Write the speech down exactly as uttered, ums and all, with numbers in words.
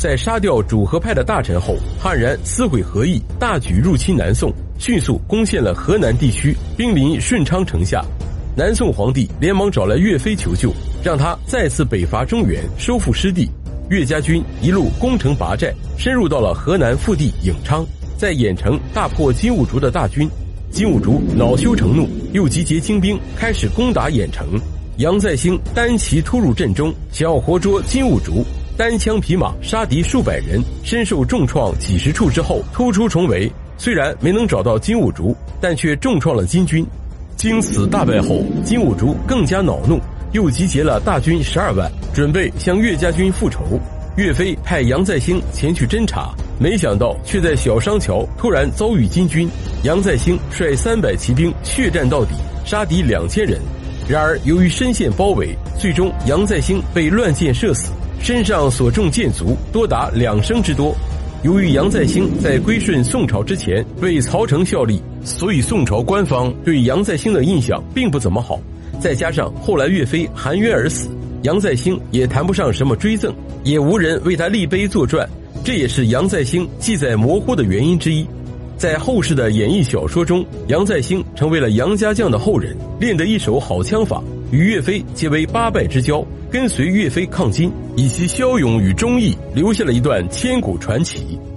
在杀掉主和派的大臣后，悍然撕毁和议，大举入侵南宋，迅速攻陷了河南地区，兵临顺昌城下。南宋皇帝连忙找来岳飞求救，让他再次北伐中原，收复失地。岳家军一路攻城拔寨，深入到了河南腹地颍昌，在郾城大破金兀术的大军。金兀术恼羞成怒，又集结精兵开始攻打郾城。杨再兴单骑突入阵中，想要活捉金兀术，单枪匹马杀敌数百人，身受重创几十处之后突出重围，虽然没能找到金兀术，但却重创了金军。经此大败后，金兀术更加恼怒，又集结了大军十二万，准备向岳家军复仇。岳飞派杨再兴前去侦察，没想到却在小商桥突然遭遇金军。杨再兴率三百骑兵血战到底，杀敌两千人。然而由于深陷包围，最终杨再兴被乱箭射死，身上所中箭足多达两升之多。由于杨再兴在归顺宋朝之前为曹丞效力，所以宋朝官方对杨再兴的印象并不怎么好。再加上后来岳飞含冤而死，杨再兴也谈不上什么追赠，也无人为他立碑作传，这也是杨再兴记载模糊的原因之一。在后世的演义小说中，杨再兴成为了杨家将的后人，练得一手好枪法，与岳飞结为八拜之交，跟随岳飞抗金，以其骁勇与忠义留下了一段千古传奇。